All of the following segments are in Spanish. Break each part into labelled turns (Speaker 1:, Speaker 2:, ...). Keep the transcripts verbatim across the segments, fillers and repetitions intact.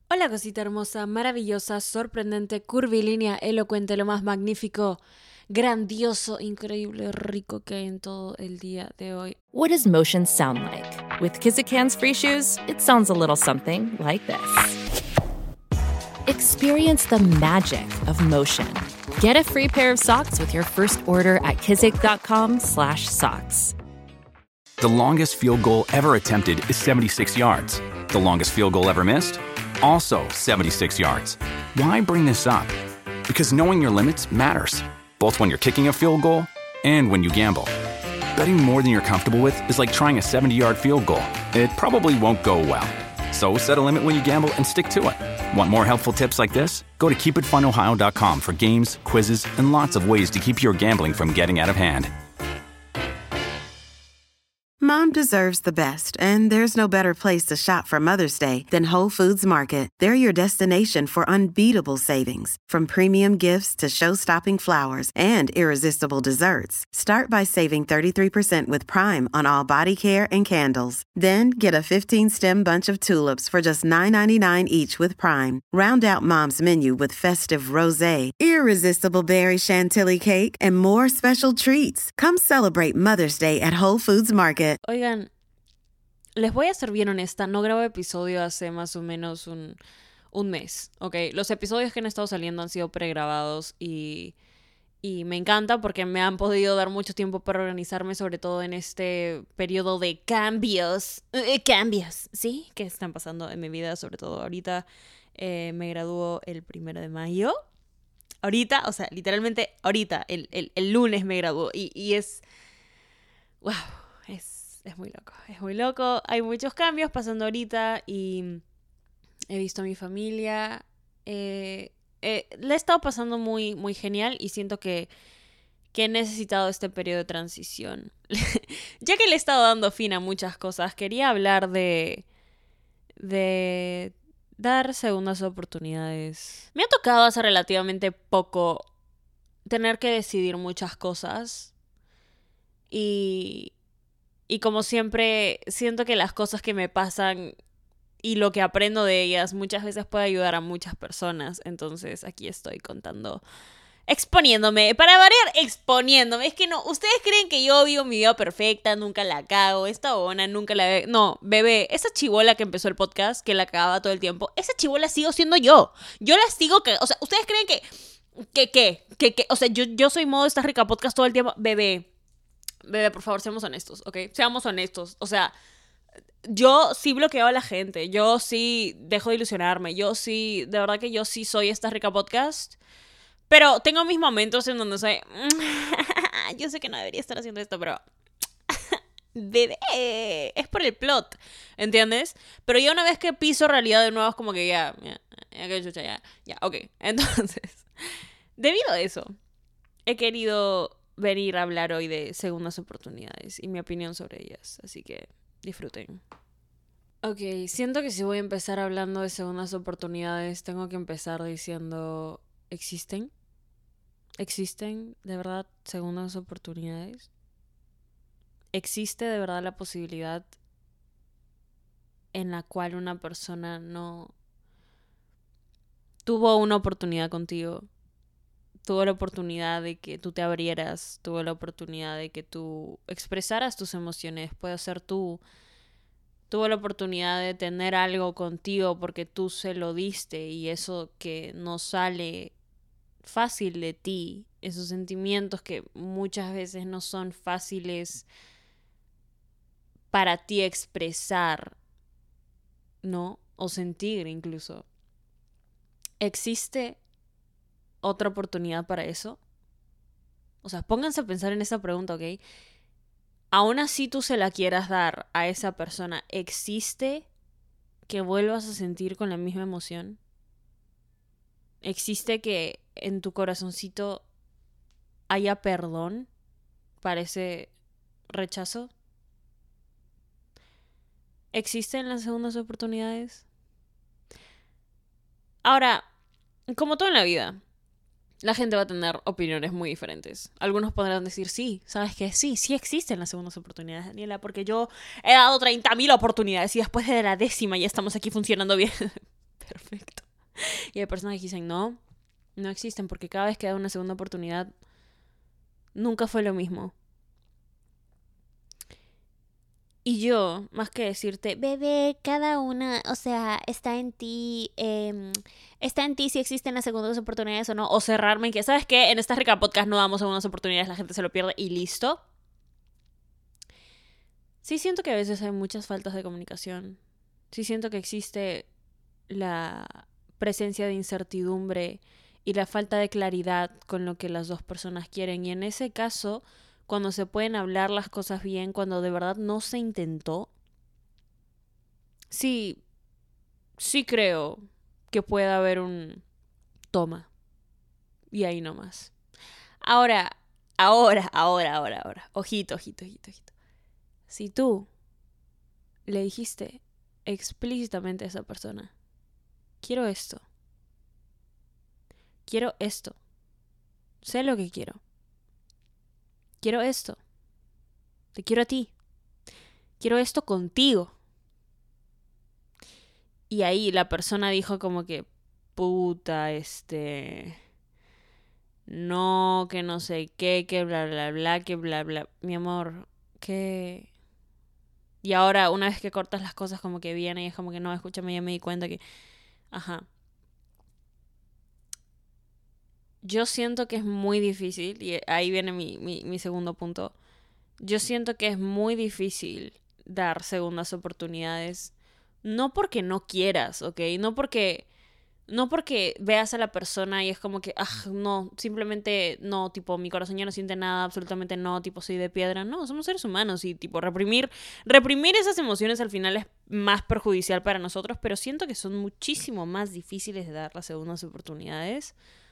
Speaker 1: Hola cosita hermosa, maravillosa, sorprendente, curvilínea, elocuente, lo más magnífico, grandioso, increíble, rico que hay en todo el día de hoy.
Speaker 2: What does motion sound like? With Kizik Hands Free Shoes, it sounds a little something like this. Experience the magic of motion. Get a free pair of socks with your first order at kizik.com slash socks.
Speaker 3: The longest field goal ever attempted is seventy-six yards. The longest field goal ever missed? Also seventy-six yards. Why bring this up? Because knowing your limits matters, both when you're kicking a field goal and when you gamble. Betting more than you're comfortable with is like trying a seventy-yard field goal. It probably won't go well. So set a limit when you gamble and stick to it. Want more helpful tips like this? Go to keep it fun ohio dot com for games, quizzes, and lots of ways to keep your gambling from getting out of hand.
Speaker 4: Mom deserves the best, and there's no better place to shop for Mother's Day than Whole Foods Market. They're your destination for unbeatable savings, from premium gifts to show-stopping flowers and irresistible desserts. Start by saving thirty-three percent with Prime on all body care and candles. Then get a fifteen-stem bunch of tulips for just nine ninety-nine each with Prime. Round out Mom's menu with festive rosé, irresistible berry chantilly cake, and more special treats. Come celebrate Mother's Day at Whole Foods Market.
Speaker 1: Oigan, les voy a ser bien honesta, no grabo episodio hace más o menos un, un mes, ¿ok? Los episodios que han estado saliendo han sido pregrabados y, y me encanta porque me han podido dar mucho tiempo para organizarme, sobre todo en este periodo de cambios, eh, cambios, ¿sí? Que están pasando en mi vida, sobre todo ahorita. Eh, me graduó el primero de mayo. Ahorita, o sea, literalmente ahorita, el, el, el lunes me graduó y, y es... ¡Wow! Es... Es muy loco, es muy loco. Hay muchos cambios pasando ahorita y he visto a mi familia. Eh, eh, le he estado pasando muy, muy genial y siento que, que he necesitado este periodo de transición. Ya que le he estado dando fin a muchas cosas, quería hablar de, de dar segundas oportunidades. Me ha tocado hace relativamente poco tener que decidir muchas cosas y... Y como siempre, siento que las cosas que me pasan y lo que aprendo de ellas muchas veces puede ayudar a muchas personas. Entonces aquí estoy contando, exponiéndome, para variar, exponiéndome. Es que no, ustedes creen que yo vivo mi vida perfecta, nunca la cago, esta ona nunca la... Ve... No, bebé, esa chibola que empezó el podcast, que la cagaba todo el tiempo, esa chibola sigo siendo yo. Yo la sigo cagando. O sea, ustedes creen que... ¿Qué, qué? ¿Qué, qué? O sea, yo, yo soy modo esta rica podcast todo el tiempo. Bebé. Bebé, por favor, seamos honestos, ¿ok? Seamos honestos. O sea, yo sí bloqueo a la gente. Yo sí dejo de ilusionarme. Yo sí, de verdad que yo sí soy esta rica podcast. Pero tengo mis momentos en donde soy... yo sé que no debería estar haciendo esto, pero... Bebé, es por el plot, ¿entiendes? Pero ya una vez que piso realidad de nuevo es como que ya... Ya, ya, ya, ya, ya, ya, ok. Entonces, debido a eso, he querido... venir a hablar hoy de segundas oportunidades y mi opinión sobre ellas, así que disfruten. Ok, siento que si voy a empezar hablando de segundas oportunidades, tengo que empezar diciendo, ¿existen? ¿Existen de verdad segundas oportunidades? ¿Existe de verdad la posibilidad en la cual una persona no tuvo una oportunidad contigo? Tuvo la oportunidad de que tú te abrieras, tuvo la oportunidad de que tú expresaras tus emociones, puede ser tú, tuvo la oportunidad de tener algo contigo porque tú se lo diste y eso que no sale fácil de ti, esos sentimientos que muchas veces no son fáciles para ti expresar, ¿no? O sentir incluso. ¿Existe otra oportunidad para eso? O sea, pónganse a pensar en esa pregunta, ¿ok? Aún así tú se la quieras dar a esa persona, ¿existe que vuelvas a sentir con la misma emoción? ¿Existe que en tu corazoncito haya perdón para ese rechazo? ¿Existen las segundas oportunidades? Ahora, como todo en la vida, la gente va a tener opiniones muy diferentes. Algunos podrán decir, sí, ¿sabes qué? Sí, sí existen las segundas oportunidades, Daniela, porque yo he dado treinta mil oportunidades y después de la décima ya estamos aquí funcionando bien. Perfecto. Y hay personas que dicen, no, no existen, porque cada vez que da una segunda oportunidad, nunca fue lo mismo. Y yo, más que decirte, bebé, cada una, o sea, está en ti, eh, está en ti si existen las segundas oportunidades o no, o cerrarme en que, ¿sabes qué? En esta rica podcast no damos segundas oportunidades, la gente se lo pierde y listo. Sí siento que a veces hay muchas faltas de comunicación. Sí siento que existe la presencia de incertidumbre y la falta de claridad con lo que las dos personas quieren. Y en ese caso, cuando se pueden hablar las cosas bien, cuando de verdad no se intentó, sí, sí creo que puede haber un toma. Y ahí nomás. Ahora, ahora, ahora, ahora, ahora. Ojito, ojito, ojito, ojito. Si tú le dijiste explícitamente a esa persona, quiero esto, quiero esto, sé lo que quiero, quiero esto, te quiero a ti, quiero esto contigo. Y ahí la persona dijo como que, puta, este, no, que no sé qué, que bla, bla, bla, que bla, bla. Mi amor, que... Y ahora, una vez que cortas las cosas, como que viene y es como que, no, escúchame, ya me di cuenta que... Ajá. Yo siento que es muy difícil, y ahí viene mi, mi, mi segundo punto. Yo siento que es muy difícil dar segundas oportunidades. No porque no quieras, ¿ok? No porque... No porque veas a la persona y es como que, ah, no, simplemente no, tipo, mi corazón ya no siente nada, absolutamente no, tipo, soy de piedra. No, somos seres humanos y, tipo, reprimir, reprimir esas emociones al final es más perjudicial para nosotros, pero siento que son muchísimo más difíciles de dar las segundas oportunidades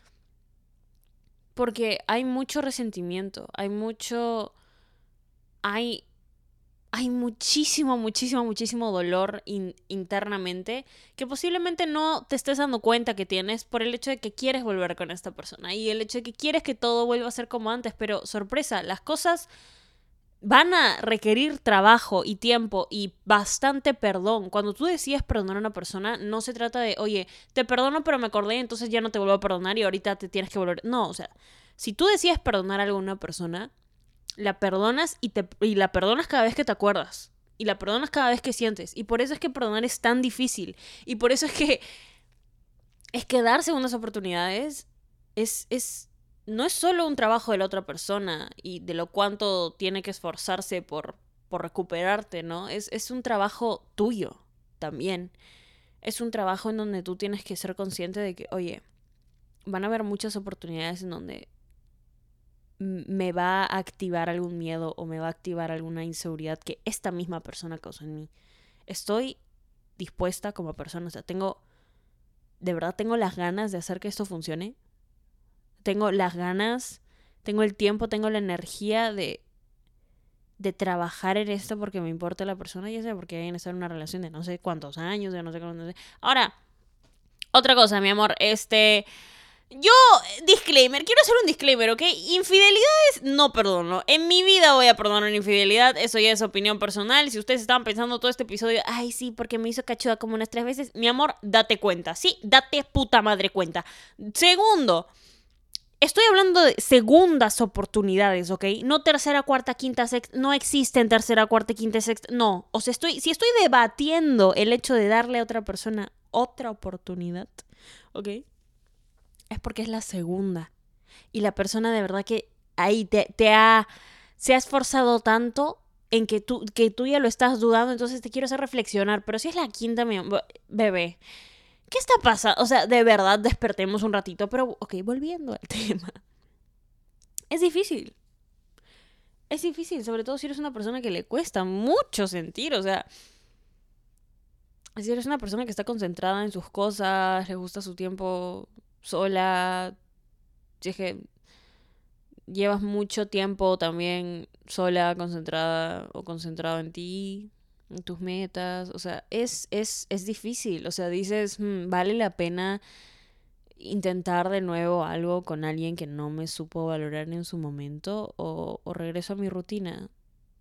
Speaker 1: porque hay mucho resentimiento, hay mucho, hay... Hay muchísimo, muchísimo, muchísimo dolor in- internamente que posiblemente no te estés dando cuenta que tienes por el hecho de que quieres volver con esta persona y el hecho de que quieres que todo vuelva a ser como antes, pero sorpresa, las cosas van a requerir trabajo y tiempo y bastante perdón. Cuando tú decides perdonar a una persona, no se trata de, oye, te perdono pero me acordé, entonces ya no te vuelvo a perdonar y ahorita te tienes que volver. No, o sea, si tú decides perdonar a alguna persona, la perdonas y, te, y la perdonas cada vez que te acuerdas. Y la perdonas cada vez que sientes. Y por eso es que perdonar es tan difícil. Y por eso es que... Es que dar segundas oportunidades es... es no es solo un trabajo de la otra persona y de lo cuánto tiene que esforzarse por, por recuperarte, ¿no? Es, es un trabajo tuyo también. Es un trabajo en donde tú tienes que ser consciente de que, oye, van a haber muchas oportunidades en donde me va a activar algún miedo o me va a activar alguna inseguridad que esta misma persona causó en mí. Estoy dispuesta como persona, o sea, tengo, de verdad tengo las ganas de hacer que esto funcione. Tengo las ganas, tengo el tiempo, tengo la energía de, de trabajar en esto porque me importa la persona, ya sea porque vayan a estar en una relación de no sé cuántos años, de no sé cuántos años. Ahora, otra cosa, mi amor, este... Yo, disclaimer, quiero hacer un disclaimer, ¿ok? Infidelidades no perdono. En mi vida voy a perdonar una infidelidad. Eso ya es opinión personal. Si ustedes estaban pensando todo este episodio, ay, sí, porque me hizo cachuda como unas tres veces. Mi amor, date cuenta, ¿sí? Date puta madre cuenta. Segundo, estoy hablando de segundas oportunidades, ¿ok? No tercera, cuarta, quinta, sexta. No existen tercera, cuarta, quinta, sexta. No. O sea, estoy, si estoy debatiendo el hecho de darle a otra persona otra oportunidad, ¿ok? Es porque es la segunda. Y la persona de verdad que ahí te, te ha... Se ha esforzado tanto en que tú, que tú ya lo estás dudando, entonces te quiero hacer reflexionar. Pero si es la quinta, mi bebé, ¿qué está pasando? O sea, de verdad despertemos un ratito. Pero, ok, volviendo al tema. Es difícil. Es difícil, sobre todo si eres una persona que le cuesta mucho sentir, o sea... Si eres una persona que está concentrada en sus cosas, le gusta su tiempo sola, si es que llevas mucho tiempo también sola, concentrada o concentrado en ti, en tus metas, o sea, es, es, es difícil, o sea, dices, hmm, vale la pena intentar de nuevo algo con alguien que no me supo valorar en su momento o, o regreso a mi rutina.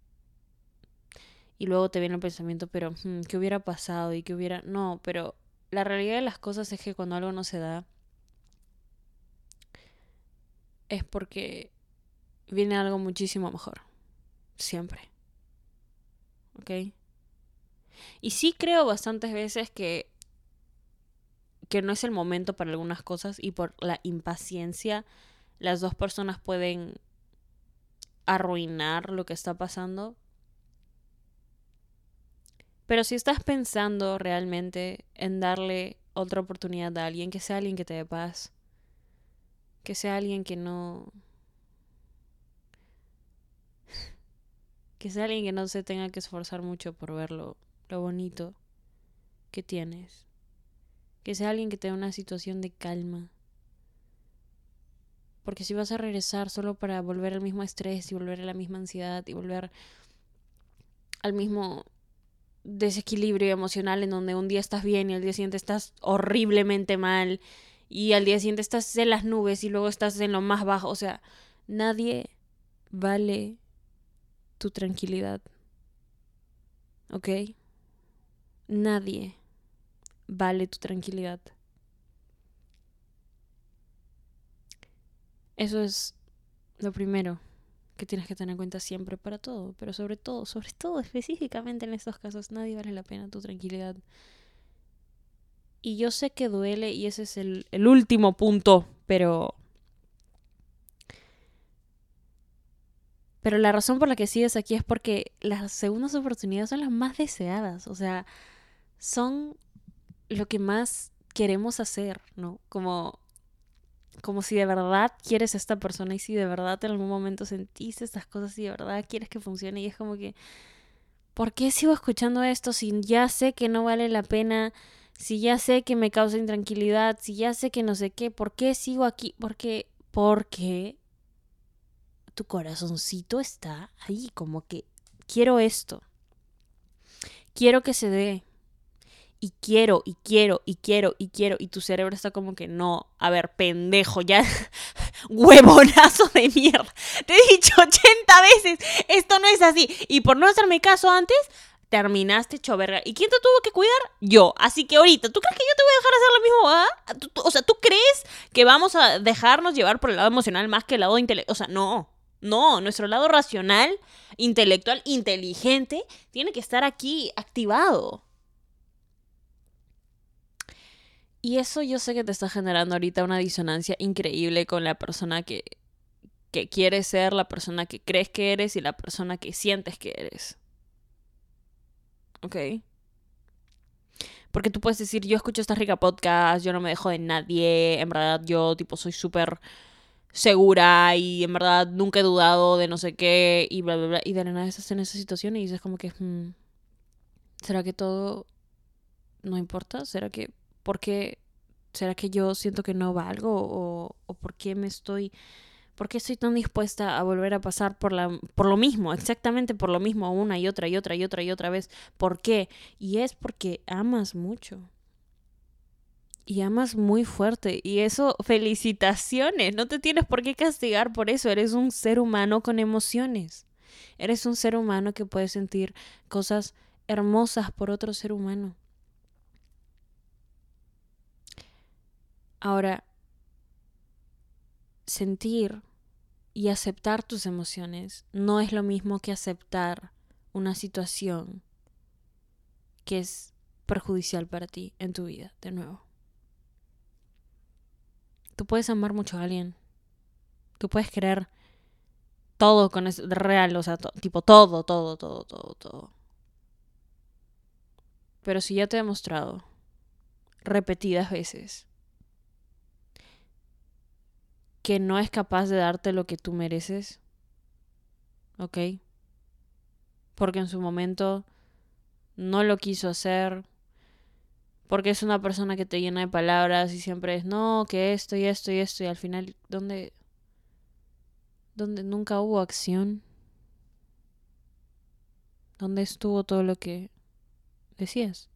Speaker 1: Y luego te viene el pensamiento, pero, hmm, ¿qué hubiera pasado? Y qué hubiera... No, pero la realidad de las cosas es que cuando algo no se da, es porque viene algo muchísimo mejor. Siempre. ¿Ok? Y sí creo bastantes veces que, que no es el momento para algunas cosas y por la impaciencia las dos personas pueden arruinar lo que está pasando. Pero si estás pensando realmente en darle otra oportunidad a alguien, que sea alguien que te dé paz, que sea alguien que no... que sea alguien que no se tenga que esforzar mucho por ver lo, lo bonito que tienes. Que sea alguien que te dé una situación de calma. Porque si vas a regresar solo para volver al mismo estrés y volver a la misma ansiedad y volver al mismo desequilibrio emocional en donde un día estás bien y al día siguiente estás horriblemente mal y al día siguiente estás en las nubes y luego estás en lo más bajo, o sea, nadie vale tu tranquilidad, ¿ok? Nadie vale tu tranquilidad. Eso es lo primero que tienes que tener en cuenta siempre para todo, pero sobre todo, sobre todo específicamente en estos casos, nadie vale la pena tu tranquilidad. Y yo sé que duele y ese es el, el último punto, pero... Pero la razón por la que sigues aquí es porque las segundas oportunidades son las más deseadas, o sea, son lo que más queremos hacer, ¿no? Como... Como si de verdad quieres a esta persona y si de verdad en algún momento sentiste estas cosas y de verdad quieres que funcione y es como que, ¿por qué sigo escuchando esto si ya sé que no vale la pena? Si ya sé que me causa intranquilidad, si ya sé que no sé qué, ¿por qué sigo aquí? Porque, porque tu corazoncito está ahí, como que quiero esto, quiero que se dé. Y quiero, y quiero, y quiero, y quiero. Y tu cerebro está como que no. A ver, pendejo, ya. Huevonazo de mierda. Te he dicho ochenta veces. Esto no es así. Y por no hacerme caso antes, terminaste hecho verga. ¿Y quién te tuvo que cuidar? Yo. Así que ahorita, ¿tú crees que yo te voy a dejar hacer lo mismo? ¿Ah? ¿Tú, tú, o sea, ¿tú crees que vamos a dejarnos llevar por el lado emocional más que el lado intelectual? O sea, no. No, nuestro lado racional, intelectual, inteligente, tiene que estar aquí activado. Y eso yo sé que te está generando ahorita una disonancia increíble con la persona que, que quieres ser, la persona que crees que eres y la persona que sientes que eres. ¿Ok? Porque tú puedes decir, yo escucho esta rica podcast, yo no me dejo de nadie, en verdad yo tipo soy súper segura y en verdad nunca he dudado de no sé qué y bla, bla, bla. Y de la nada estás en esa situación y dices como que, hmm, ¿será que todo no importa? ¿Será que, por qué? ¿Será que yo siento que no valgo? ¿O, o por qué me estoy... ¿Por qué estoy tan dispuesta a volver a pasar por, la, por lo mismo? Exactamente por lo mismo una y otra y otra y otra y otra vez. ¿Por qué? Y es porque amas mucho. Y amas muy fuerte. Y eso, felicitaciones. No te tienes por qué castigar por eso. Eres un ser humano con emociones. Eres un ser humano que puede sentir cosas hermosas por otro ser humano. Ahora, sentir y aceptar tus emociones no es lo mismo que aceptar una situación que es perjudicial para ti en tu vida, de nuevo. Tú puedes amar mucho a alguien. Tú puedes querer todo con eso, real, o sea, to, tipo todo, todo, todo, todo, todo. Pero si ya te he demostrado repetidas veces que no es capaz de darte lo que tú mereces, ¿ok? Porque en su momento no lo quiso hacer, porque es una persona que te llena de palabras y siempre es no, que esto y esto y esto, y al final, ¿dónde, dónde nunca hubo acción? ¿Dónde estuvo todo lo que decías?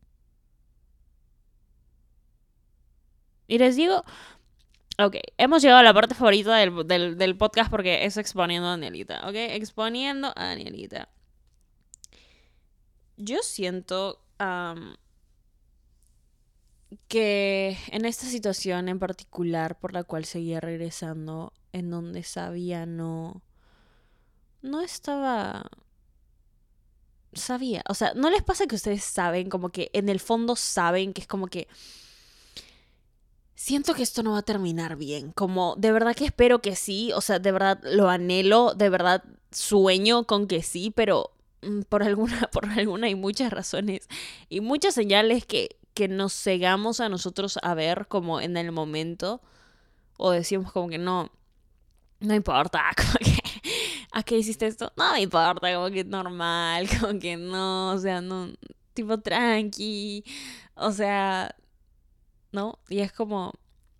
Speaker 1: Y les digo, ok, hemos llegado a la parte favorita del, del, del podcast porque es exponiendo a Danielita, ¿ok? Exponiendo a Danielita. Yo siento um, que en esta situación en particular por la cual seguía regresando, en donde sabía no, no estaba, sabía, o sea, ¿no les pasa que ustedes saben, como que en el fondo saben que es como que siento que esto no va a terminar bien, como de verdad que espero que sí, o sea, de verdad lo anhelo, de verdad sueño con que sí, pero mm, por alguna, por alguna y muchas razones y muchas señales que, que nos cegamos a nosotros a ver como en el momento, o decimos como que no, no importa, como que, ¿a qué hiciste esto? No me importa, como que es normal, como que no, o sea, no, tipo tranqui, o sea, ¿no? Y es como,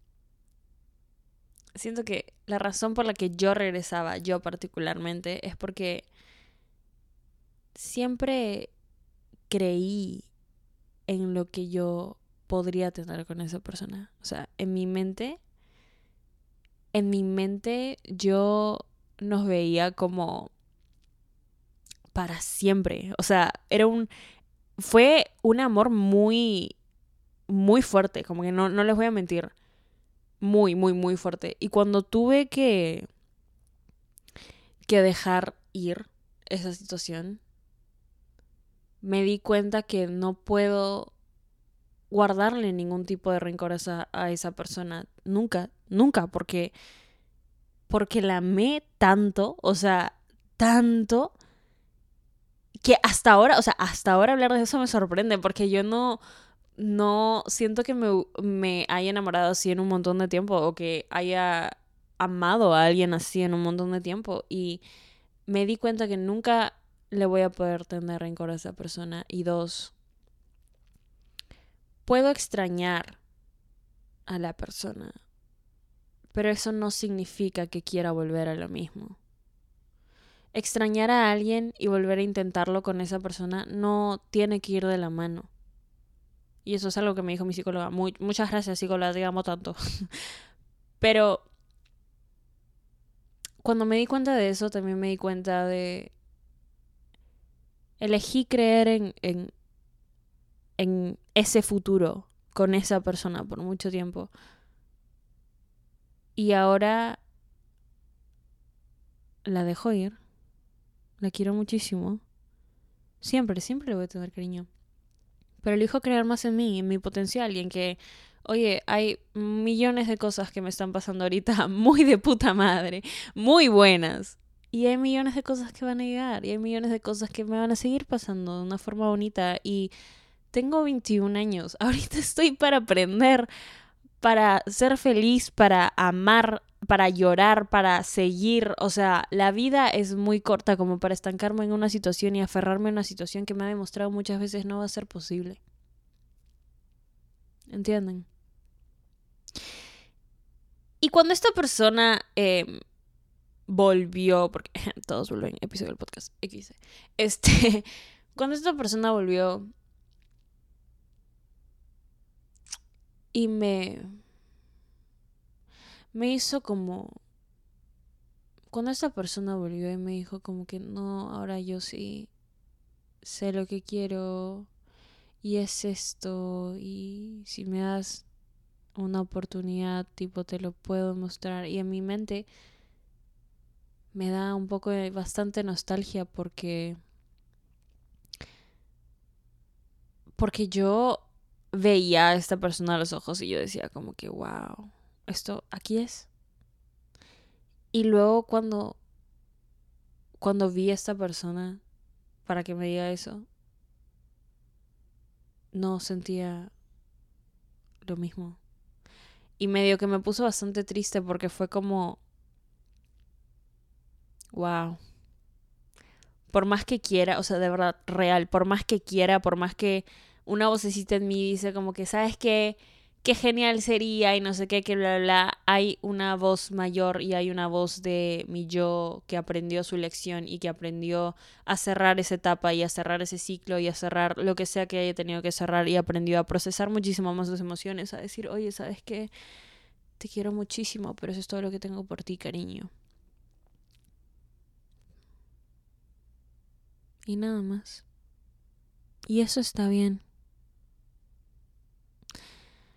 Speaker 1: siento que la razón por la que yo regresaba, yo particularmente, es porque siempre creí en lo que yo podría tener con esa persona. O sea, en mi mente, en mi mente yo nos veía como para siempre. O sea, era un, fue un amor muy, muy fuerte, como que no, no les voy a mentir. Muy, muy, muy fuerte. Y cuando tuve que, que dejar ir esa situación, me di cuenta que no puedo guardarle ningún tipo de rencor a esa, a esa persona. Nunca, nunca, porque, porque la amé tanto, o sea, tanto, que hasta ahora, o sea, hasta ahora hablar de eso me sorprende, porque yo no, no siento que me, me haya enamorado así en un montón de tiempo, o que haya amado a alguien así en un montón de tiempo. Y me di cuenta que nunca le voy a poder tener rencor a esa persona. Y dos, puedo extrañar a la persona, pero eso no significa que quiera volver a lo mismo. Extrañar a alguien y volver a intentarlo con esa persona no tiene que ir de la mano. Y eso es algo que me dijo mi psicóloga. Muy, muchas gracias, psicóloga, te amo tanto. Pero cuando me di cuenta de eso, también me di cuenta de... Elegí creer en, en, en ese futuro con esa persona por mucho tiempo. Y ahora la dejo ir. La quiero muchísimo. Siempre, siempre le voy a tener cariño. Pero elijo creer más en mí, en mi potencial y en que, oye, hay millones de cosas que me están pasando ahorita muy de puta madre, muy buenas. Y hay millones de cosas que van a llegar y hay millones de cosas que me van a seguir pasando de una forma bonita. Y tengo veintiún años. Ahorita estoy para aprender, para ser feliz, para amar, para llorar, para seguir. O sea, la vida es muy corta como para estancarme en una situación y aferrarme a una situación que me ha demostrado muchas veces no va a ser posible. ¿Entienden? Y cuando esta persona eh, volvió, porque todos vuelven, episodio del podcast, X, este, cuando esta persona volvió y me, me hizo como, cuando esta persona volvió y me dijo como que no, ahora yo sí sé lo que quiero y es esto, y si me das una oportunidad, tipo, te lo puedo mostrar. Y en mi mente me da un poco de bastante nostalgia porque porque yo veía a esta persona a los ojos y yo decía como que wow, esto aquí es. Y luego cuando cuando vi a esta persona para que me diga eso, no sentía lo mismo. Y medio que me puso bastante triste porque fue como wow. Por más que quiera, o sea, de verdad, real, por más que quiera, por más que una vocecita en mí dice como que, ¿sabes qué? Qué genial sería y no sé qué, que bla, bla, bla. Hay una voz mayor y hay una voz de mi yo que aprendió su lección y que aprendió a cerrar esa etapa y a cerrar ese ciclo y a cerrar lo que sea que haya tenido que cerrar y aprendió a procesar muchísimo más sus emociones, a decir, oye, ¿sabes qué? Te quiero muchísimo, pero eso es todo lo que tengo por ti, cariño. Y nada más. Y eso está bien.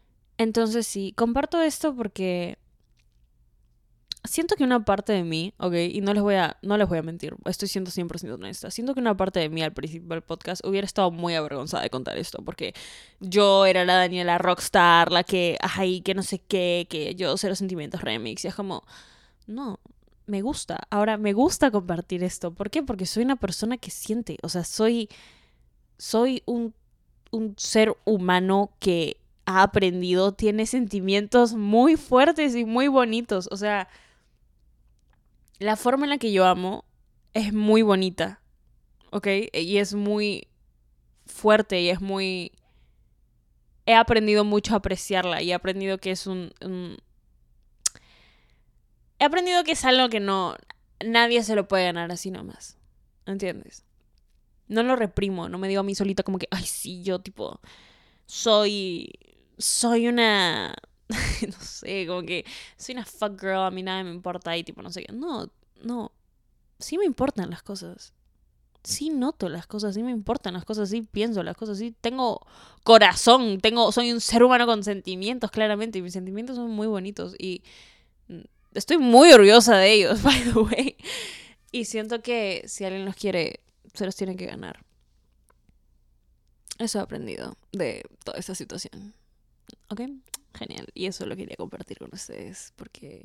Speaker 1: Entonces sí, comparto esto porque siento que una parte de mí, ok, y no les voy a, no les voy a mentir, estoy siendo cien por ciento honesta, siento que una parte de mí al principio del podcast hubiera estado muy avergonzada de contar esto, porque yo era la Daniela rockstar, la que, ay, que no sé qué, que yo cero sentimientos remix, y es como, no, me gusta, ahora me gusta compartir esto, ¿por qué? Porque soy una persona que siente, o sea, soy, soy un, un ser humano que ha aprendido, tiene sentimientos muy fuertes y muy bonitos, o sea, la forma en la que yo amo es muy bonita, ¿ok? Y es muy fuerte y es muy... He aprendido mucho a apreciarla y he aprendido que es un... un... He aprendido que es algo que no... Nadie se lo puede ganar así nomás, ¿entiendes? No lo reprimo, no me digo a mí solita como que, ay, sí, yo tipo... Soy... Soy una... no sé, como que soy una fuck girl, a mí nada me importa y tipo no sé qué. No, no. Sí me importan las cosas. Sí noto las cosas, sí me importan las cosas, sí pienso las cosas, sí tengo corazón, tengo, soy un ser humano con sentimientos, claramente, y mis sentimientos son muy bonitos y estoy muy orgullosa de ellos, by the way. Y siento que si alguien los quiere, se los tiene que ganar. Eso he aprendido de toda esta situación. ¿Ok? Genial. Y eso lo quería compartir con ustedes porque...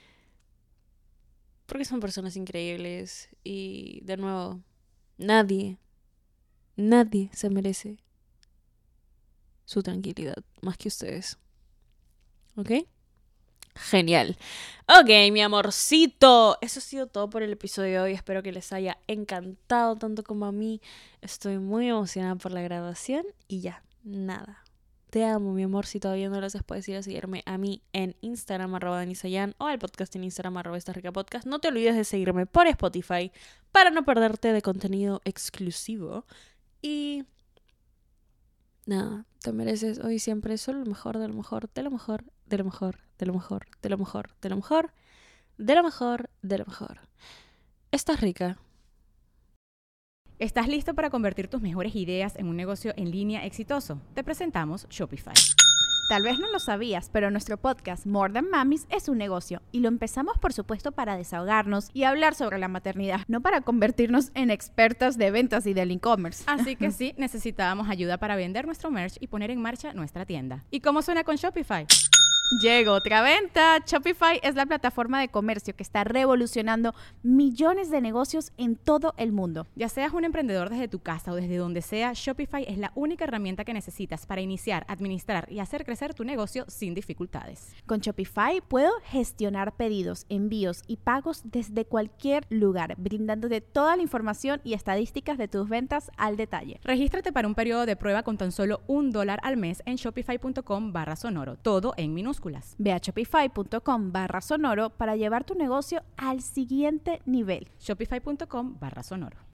Speaker 1: Porque son personas increíbles y, de nuevo, nadie, nadie se merece su tranquilidad más que ustedes. ¿Ok? Genial. Ok, mi amorcito. Eso ha sido todo por el episodio de hoy. Espero que les haya encantado tanto como a mí. Estoy muy emocionada por la grabación y ya, nada. Te amo, mi amor. Si todavía no lo haces, puedes ir a seguirme a mí en Instagram, arroba danisayan, o al podcast en Instagram, arroba esta rica podcast. No te olvides de seguirme por Spotify para no perderte de contenido exclusivo. Y nada, te mereces hoy siempre solo lo mejor, de lo mejor, de lo mejor, de lo mejor, de lo mejor, de lo mejor, de lo mejor, de lo mejor, de lo mejor. Estás rica.
Speaker 5: ¿Estás listo para convertir tus mejores ideas en un negocio en línea exitoso? Te presentamos Shopify.
Speaker 6: Tal vez no lo sabías, pero nuestro podcast More Than Mamis es un negocio y lo empezamos por supuesto para desahogarnos y hablar sobre la maternidad, no para convertirnos en expertas de ventas y del e-commerce.
Speaker 5: Así que sí, necesitábamos ayuda para vender nuestro merch y poner en marcha nuestra tienda. ¿Y cómo suena con Shopify?
Speaker 6: Llegó otra venta. Shopify es la plataforma de comercio que está revolucionando millones de negocios en todo el mundo.
Speaker 5: Ya seas un emprendedor desde tu casa o desde donde sea, Shopify es la única herramienta que necesitas para iniciar, administrar y hacer crecer tu negocio sin dificultades.
Speaker 6: Con Shopify puedo gestionar pedidos, envíos y pagos desde cualquier lugar, brindándote toda la información y estadísticas de tus ventas al detalle.
Speaker 5: Regístrate para un periodo de prueba con tan solo un dólar al mes en shopify.com barra sonoro, todo en minúsculas.
Speaker 6: Ve a shopify.com barra sonoro para llevar tu negocio al siguiente nivel.
Speaker 5: Shopify.com barra sonoro.